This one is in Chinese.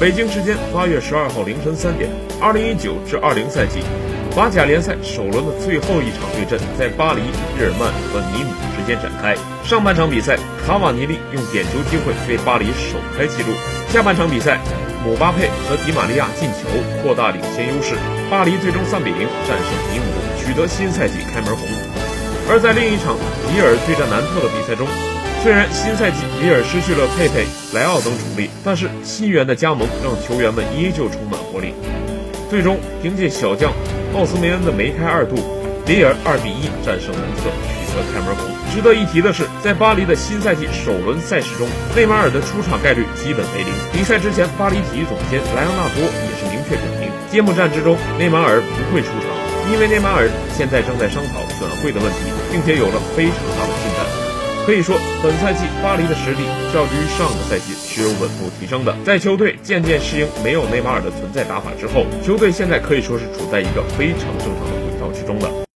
北京时间8月12号凌晨3点，2019至20赛季法甲联赛首轮的最后一场对阵在巴黎、日耳曼和尼姆之间展开。上半场比赛，卡瓦尼利用点球机会为巴黎首开纪录；下半场比赛，姆巴佩和迪玛利亚进球扩大领先优势，巴黎最终3-0战胜尼姆，取得新赛季开门红。而在另一场里尔对战南特的比赛中，虽然新赛季里尔失去了佩佩、莱奥等主力，但是新援的加盟让球员们依旧充满活力。最终凭借小将奥斯梅恩的梅开2度，里尔2-1战胜南特，取得开门红。值得一提的是，在巴黎的新赛季首轮赛事中，内马尔的出场概率基本为0。比赛之前，巴黎体育总监莱昂纳多也是明确表明，揭幕战之中内马尔不会出场，因为内马尔现在正在商讨转会的问题，并且有了非常大的进展。可以说，本赛季巴黎的实力较于上个赛季是有稳步提升的。在球队渐渐适应没有内马尔的存在打法之后，球队现在可以说是处在一个非常正常的轨道之中的。